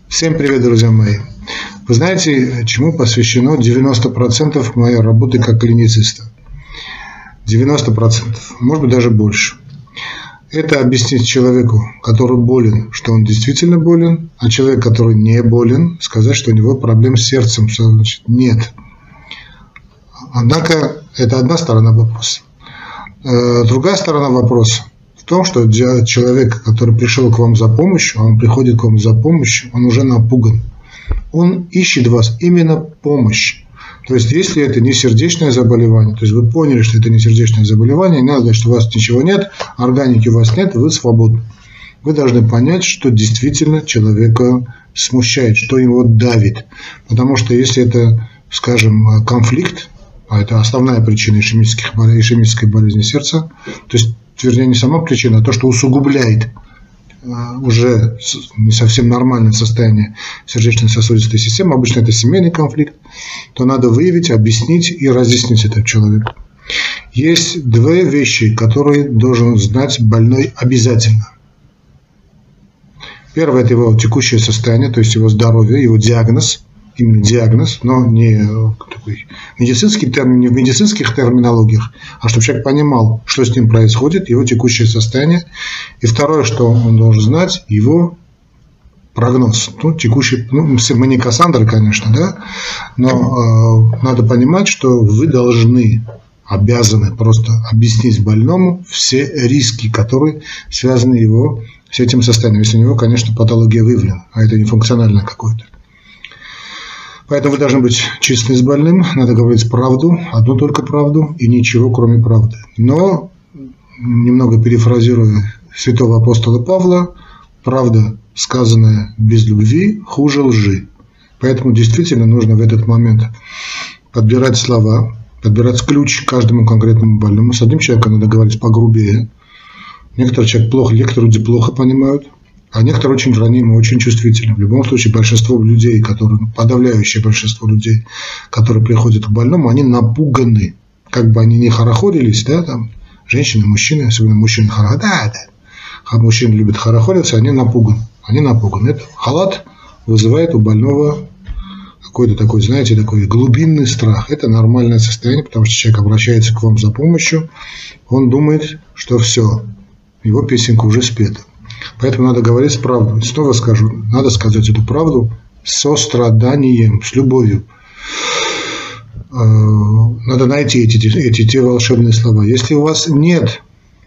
Всем привет, друзья мои! Вы знаете, чему посвящено 90% моей работы как клинициста? 90%, может быть даже больше. Это объяснить человеку, который болен, что он действительно болен, а человек, который не болен, сказать, что у него проблем с сердцем, что значит нет. Однако это одна сторона вопроса. Другая сторона вопроса в том, что человек, который пришел к вам за помощью, он приходит к вам за помощью, он уже напуган. Он ищет вас именно помощь. То есть, если это не сердечное заболевание, то есть вы поняли, что это не сердечное заболевание, не надо говорить, что у вас ничего нет, органики у вас нет, вы свободны. Вы должны понять, что действительно человека смущает, что его давит. Потому что если это, скажем, конфликт, а это основная причина ишемической болезни сердца, то есть, вернее, не сама причина, а то, что усугубляет уже не совсем нормальное состояние сердечно-сосудистой системы, обычно это семейный конфликт, то надо выявить, объяснить и разъяснить это человеку. Есть две вещи, которые должен знать больной обязательно. Первое – это его текущее состояние, то есть его здоровье, его диагноз, именно диагноз, но не такой медицинский термин, не в медицинских терминологиях, а чтобы человек понимал, что с ним происходит, его текущее состояние. И второе, что он должен знать, его прогноз. Текущий, мы не Кассандры, конечно, да, но надо понимать, что вы должны, обязаны просто объяснить больному все риски, которые связаны его с этим состоянием. Если у него, конечно, патология выявлена, а это не функциональное какое-то. Поэтому вы должны быть честны с больным, надо говорить правду, одну только правду и ничего, кроме правды. Но, немного перефразируя святого апостола Павла, правда, сказанная без любви, хуже лжи. Поэтому действительно нужно в этот момент подбирать слова, подбирать ключ к каждому конкретному больному. С одним человеком надо говорить погрубее. Некоторые люди плохо понимают. А некоторые очень ранимы, очень чувствительны. В любом случае, большинство людей, подавляющее большинство людей, которые приходят к больному, они напуганы. Как бы они ни хорохорились, да, там, женщины, мужчины, особенно мужчины мужчины любят хорохориться, они напуганы. Этот халат вызывает у больного какой-то такой, знаете, такой глубинный страх. Это нормальное состояние, потому что человек обращается к вам за помощью, он думает, что все, его песенка уже спета. Поэтому надо говорить правду. Снова скажу, надо сказать эту правду с состраданием, с любовью. Надо найти те волшебные слова. Если у вас нет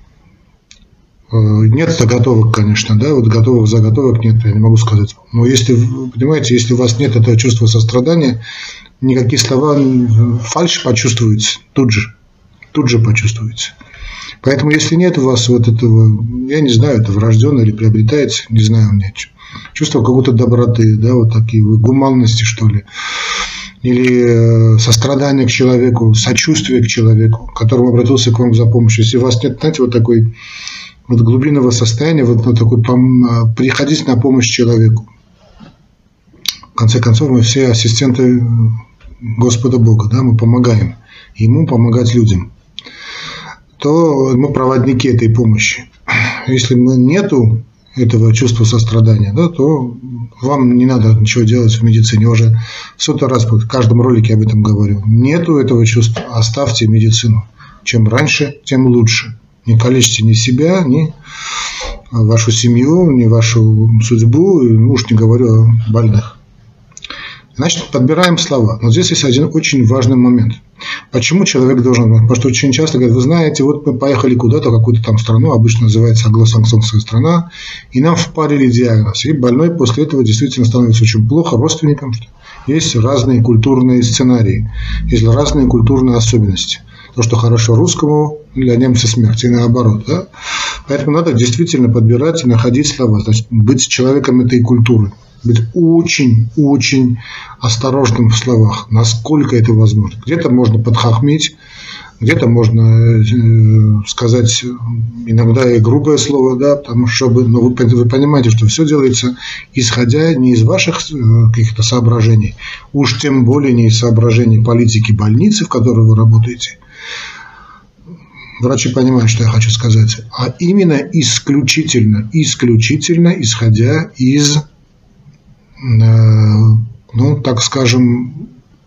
заготовок, конечно, да, вот готовых заготовок нет, я не могу сказать. Но если, понимаете, если у вас нет этого чувства сострадания, никакие слова, фальшь почувствуется тут же почувствуется. Поэтому, если нет у вас вот этого, я не знаю, это врожденное или приобретается, не знаю, у меня чувство какой-то доброты, да, вот такие гуманности, что ли, или сострадания к человеку, сочувствия к человеку, которому обратился к вам за помощью. Если у вас нет, знаете, вот такой вот глубинного состояния, вот на такой приходить на помощь человеку. В конце концов, мы все ассистенты Господа Бога, да, мы помогаем Ему помогать людям. То мы проводники этой помощи. Если нету этого чувства сострадания, да, то вам не надо ничего делать в медицине. Я уже в сотый раз в каждом ролике об этом говорю. Нету этого чувства, оставьте медицину. Чем раньше, тем лучше. Не калечьте ни себя, ни вашу семью, ни вашу судьбу, уж не говорю о больных. Значит, подбираем слова. Но здесь есть один очень важный момент. Почему человек должен... Потому что очень часто говорят, вы знаете, вот мы поехали куда-то, в какую-то там страну, обычно называется англосаксонская страна, и нам впарили диагноз. И больной после этого действительно становится очень плохо родственникам. Что есть разные культурные сценарии, есть разные культурные особенности. То, что хорошо русскому, для немца смерть, и наоборот. Да? Поэтому надо действительно подбирать и находить слова. Значит, быть человеком этой культуры. Быть очень осторожным в словах, насколько это возможно. Где-то можно подхахмить, где-то можно сказать иногда и грубое слово, да, потому что, но вы понимаете, что все делается исходя не из ваших каких-то соображений, уж тем более не из соображений политики больницы, в которой вы работаете. Врачи понимают, что я хочу сказать, а именно исключительно исходя из ну, так скажем,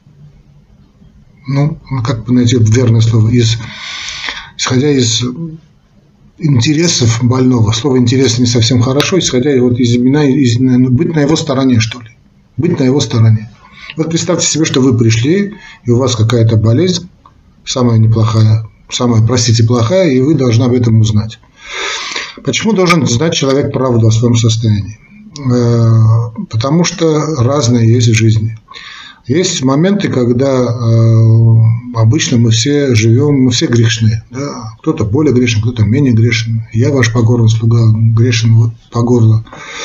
ну, как бы найти верное слово, исходя из интересов больного. Слово «интерес» не совсем хорошо, исходя вот из имена, быть на его стороне, что ли. Быть на его стороне. Вот представьте себе, что вы пришли, и у вас какая-то болезнь, самая неплохая, самая, простите, плохая, и вы должны об этом узнать. Почему должен знать человек правду о своем состоянии? Потому что разное есть в жизни. Есть моменты, когда обычно мы все живем, мы все грешные. Да? Кто-то более грешен, кто-то менее грешен. Я ваш покорный слуга, грешен вот по горло.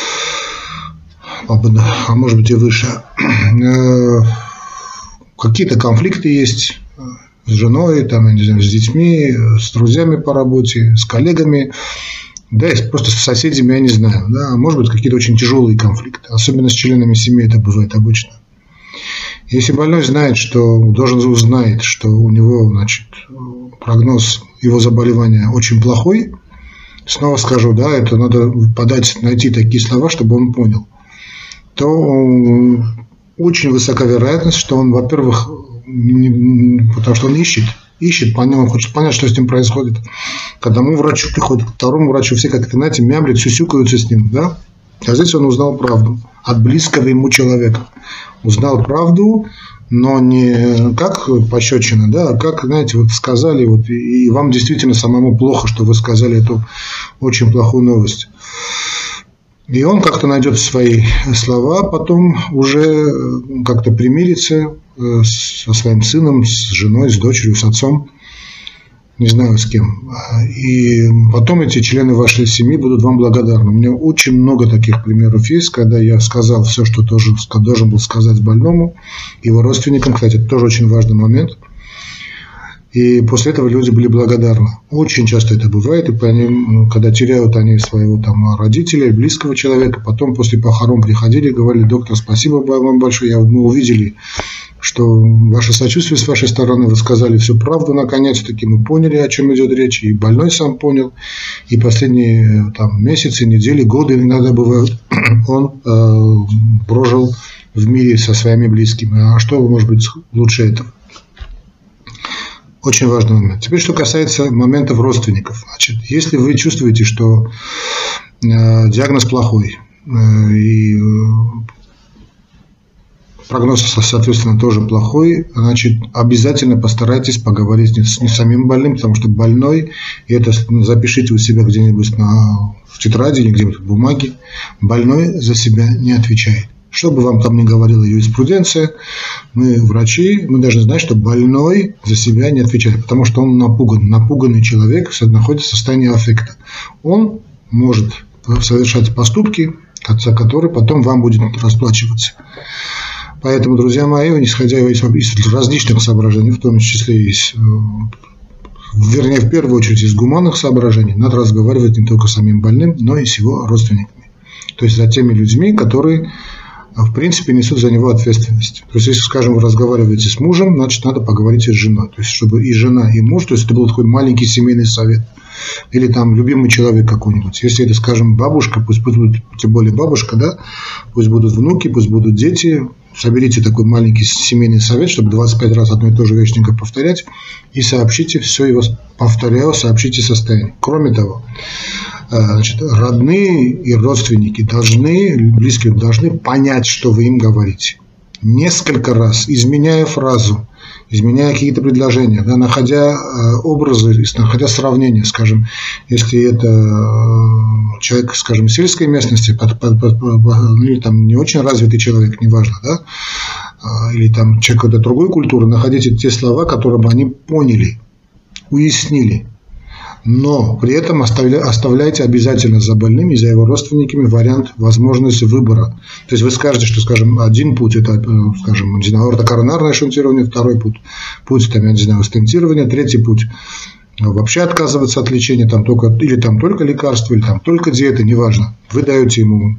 А может быть и выше. Какие-то конфликты есть с женой, там, я не знаю, с детьми, с друзьями по работе, с коллегами. Да, просто с соседями, я не знаю. Да? Может быть, какие-то очень тяжелые конфликты. Особенно с членами семьи это бывает обычно. Если больной знает, что узнает, что у него, значит, прогноз его заболевания очень плохой, снова скажу, да, это надо найти такие слова, чтобы он понял, то очень высока вероятность, что он, во-первых, потому что он ищет, по нему хочет понять, что с ним происходит. К одному врачу приходит, к второму врачу, все как-то, знаете, мямлят, сюсюкаются с ним, да? А здесь он узнал правду от близкого ему человека. Узнал правду, но не как пощечина, да, а как, знаете, вот сказали, вот, и вам действительно самому плохо, что вы сказали эту очень плохую новость. И он как-то найдет свои слова, потом уже как-то примирится со своим сыном, с женой, с дочерью, с отцом, не знаю с кем. И потом эти члены вашей семьи будут вам благодарны. У меня очень много таких примеров есть, когда я сказал все, что должен был сказать больному, его родственникам. Кстати, это тоже очень важный момент. И после этого люди были благодарны. Очень часто это бывает, и когда теряют они своего там родителя, близкого человека, потом после похорон приходили и говорили: доктор, спасибо вам большое, мы увидели, что ваше сочувствие с вашей стороны, вы сказали всю правду наконец-таки, мы поняли, о чем идет речь, и больной сам понял, и последние там месяцы, недели, годы иногда бывают, он прожил в мире со своими близкими. А что может быть лучше этого? Очень важный момент. Теперь, что касается моментов родственников. Значит, если вы чувствуете, что диагноз плохой, и прогноз, соответственно, тоже плохой, значит, обязательно постарайтесь поговорить с самим больным, потому что больной, и это запишите у себя где-нибудь в тетради или где-нибудь в бумаге, больной за себя не отвечает. Что бы вам там ни говорила юриспруденция, мы, врачи, мы должны знать, что больной за себя не отвечает, потому что он напуган. Напуганный человек находится в состоянии аффекта. Он может совершать поступки, за которые потом вам будет расплачиваться. Поэтому, друзья мои, исходя из различных соображений, в том числе в первую очередь из гуманных соображений, надо разговаривать не только с самим больным, но и с его родственниками. То есть за теми людьми, которые в принципе несут за него ответственность. То есть, если, скажем, вы разговариваете с мужем, значит, надо поговорить и с женой. То есть, чтобы и жена, и муж, то есть, это был такой маленький семейный совет. Или там любимый человек какой-нибудь. Если это, скажем, бабушка, пусть будет, тем более бабушка, да, пусть будут внуки, пусть будут дети. Соберите такой маленький семейный совет, чтобы 25 раз одно и то же вечненько повторять, и сообщите все его, повторяю, сообщите состояние. Кроме того, значит, родные и родственники близкие должны понять, что вы им говорите. Несколько раз, изменяя фразу, изменяя какие-то предложения, да, находя образы, находя сравнения, скажем, если это человек, скажем, сельской местности, или там не очень развитый человек, неважно, да, или там человек какой-то другой культуры, находите те слова, которые бы они поняли, уяснили. Но при этом оставляйте обязательно за больным и за его родственниками вариант, возможность выбора. То есть вы скажете, что, скажем, один путь – это, скажем, не знаю, ортокоронарное шунтирование, второй путь там, я не знаю, стентирование, третий путь – вообще отказываться от лечения, там только лекарства, или там только диета, неважно. Вы даете им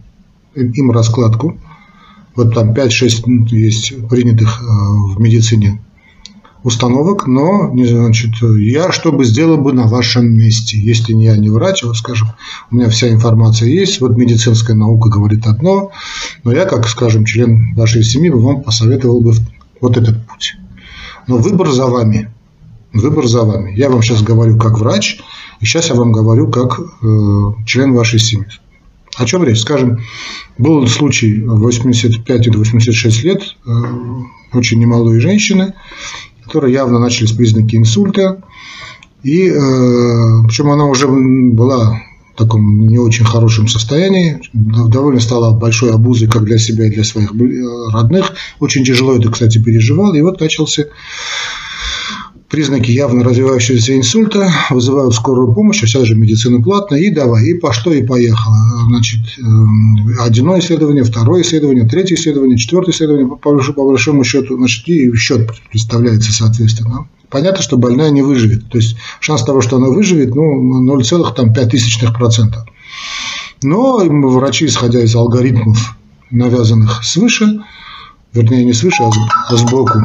раскладку. Вот там 5-6 есть принятых в медицине установок, но, значит, я что бы сделал бы на вашем месте, если я не врач, вот, скажем, у меня вся информация есть, вот медицинская наука говорит одно, но я, как, скажем, член вашей семьи, вам посоветовал бы вот этот путь. Но выбор за вами. Выбор за вами. Я вам сейчас говорю как врач, и сейчас я вам говорю как член вашей семьи. О чем речь? Скажем, был случай в 85 или 86 лет, очень немолодой женщины, которые явно начались признаки инсульта, и причем она уже была в таком не очень хорошем состоянии, довольно стала большой обузой как для себя и для своих родных, очень тяжело это, кстати, переживал, и вот начался признаки явно развивающегося инсульта, вызывают скорую помощь, а сейчас же медицина платная, и давай, и пошло, и поехало. Значит, одно исследование, второе исследование, третье исследование, четвертое исследование, по большому счету, значит, и счет представляется соответственно. Понятно, что больная не выживет, то есть шанс того, что она выживет, 0,05%. Но врачи, исходя из алгоритмов, навязанных свыше, вернее не свыше, а сбоку.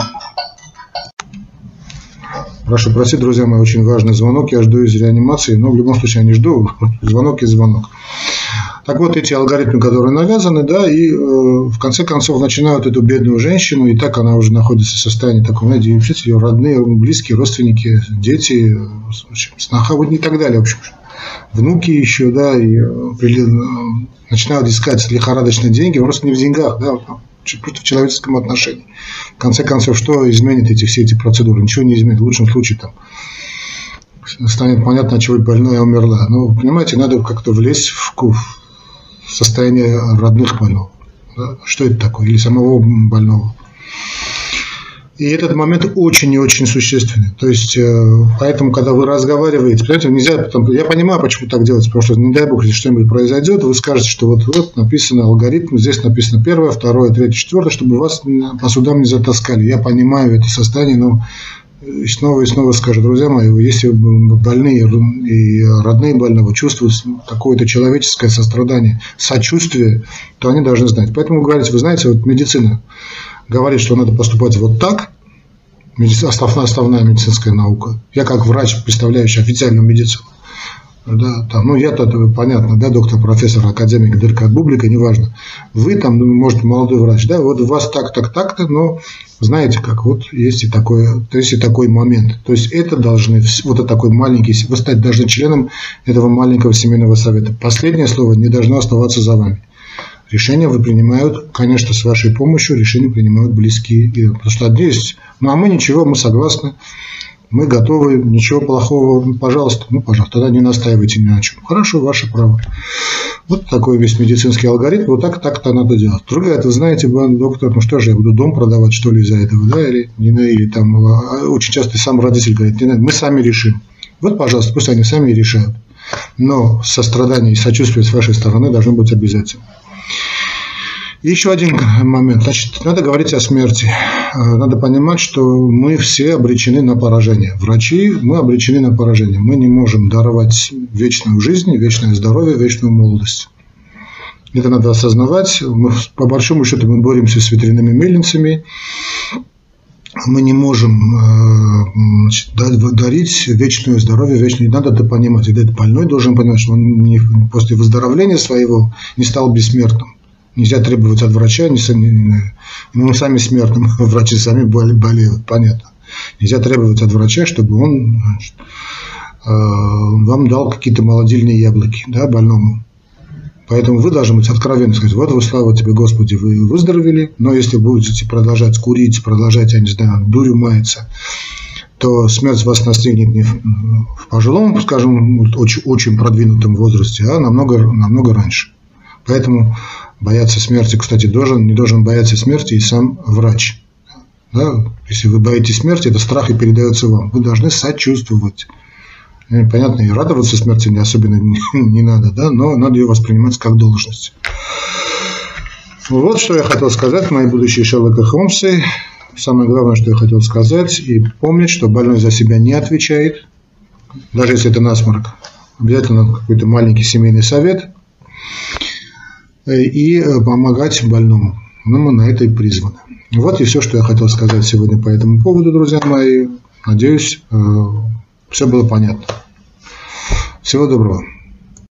Прошу простить, друзья мои, очень важный звонок, я жду из реанимации, но в любом случае я не жду, звонок и звонок. Так вот, эти алгоритмы, которые навязаны, да, и в конце концов начинают эту бедную женщину, и так она уже находится в состоянии таком, знаете, ее родные, близкие, родственники, дети, сноха и так далее, в общем, внуки еще, да, и начинают искать лихорадочно деньги, просто не в деньгах, да, просто в человеческом отношении. В конце концов, что изменит все эти процедуры? Ничего не изменит. В лучшем случае там станет понятно, от чего больная умерла. Но, понимаете, надо как-то влезть в состояние родных больного. Да? Что это такое? Или самого больного. И этот момент очень и очень существенный. То есть, поэтому, когда вы разговариваете, понимаете, нельзя, я понимаю, почему так делать, потому что, не дай бог, если что-нибудь произойдет, вы скажете, что вот написано алгоритм, здесь написано первое, второе, третье, четвертое, чтобы вас по судам не затаскали. Я понимаю это состояние, но и снова скажу, друзья мои, если больные и родные больного чувствуют какое-то человеческое сострадание, сочувствие, то они должны знать. Поэтому говорите, вы знаете, вот медицина говорит, что надо поступать вот так, основная медицинская наука. Я как врач, представляющий официальную медицину, да, там, я-то, понятно, да, доктор, профессор, академик, дырка от бублика, неважно. Вы там, может, молодой врач, да, вот у вас так-то, но знаете как, вот есть и такой момент. То есть это должны, вот это такой маленький, вы стать должны членом этого маленького семейного совета. Последнее слово не должно оставаться за вами. Решения вы принимают, конечно, с вашей помощью, решения принимают близкие. Потому что одни есть, а мы ничего, мы согласны, мы готовы, ничего плохого, пожалуйста, пожалуйста, тогда не настаивайте ни на чем. Хорошо, ваше право. Вот такой весь медицинский алгоритм, вот так-то надо делать. Другая, это, знаете, доктор, что же, я буду дом продавать, что ли, из-за этого, да, или там, очень часто сам родитель говорит, не надо, мы сами решим. Вот, пожалуйста, пусть они сами и решают. Но сострадание и сочувствие с вашей стороны должно быть обязательно. И еще один момент. Значит, надо говорить о смерти. Надо понимать, что мы все обречены на поражение. Врачи, мы обречены на поражение. Мы не можем даровать вечную жизнь, вечное здоровье, вечную молодость. Это надо осознавать. По большому счету мы боремся с ветряными мельницами. Мы не можем дарить вечное здоровье, вечное. Надо это понимать. И этот больной должен понимать, что он после выздоровления своего не стал бессмертным. Нельзя требовать от врача, мы сами смертным, врачи сами болеют, понятно. Нельзя требовать от врача, чтобы он вам дал какие-то молодильные яблоки, да, больному. Поэтому вы должны быть откровенны, сказать, вот вы, слава тебе, Господи, вы выздоровели, но если будете продолжать курить, продолжать, я не знаю, дурью маяться, то смерть вас настигнет не в пожилом, скажем, очень продвинутом возрасте, а намного раньше. Поэтому бояться смерти, кстати, не должен бояться смерти и сам врач. Да? Если вы боитесь смерти, это страх и передается вам. Вы должны сочувствовать. Понятно, и радоваться смерти особенно не надо, да? Но надо ее воспринимать как должность. Вот что я хотел сказать, мои будущие Шерлоки Холмсы. Самое главное, что я хотел сказать, и помнить, что больной за себя не отвечает, даже если это насморк. Обязательно какой-то маленький семейный совет и помогать больному. Но мы на это и призваны. Вот и все, что я хотел сказать сегодня по этому поводу, друзья мои. Надеюсь, все было понятно. Всего доброго.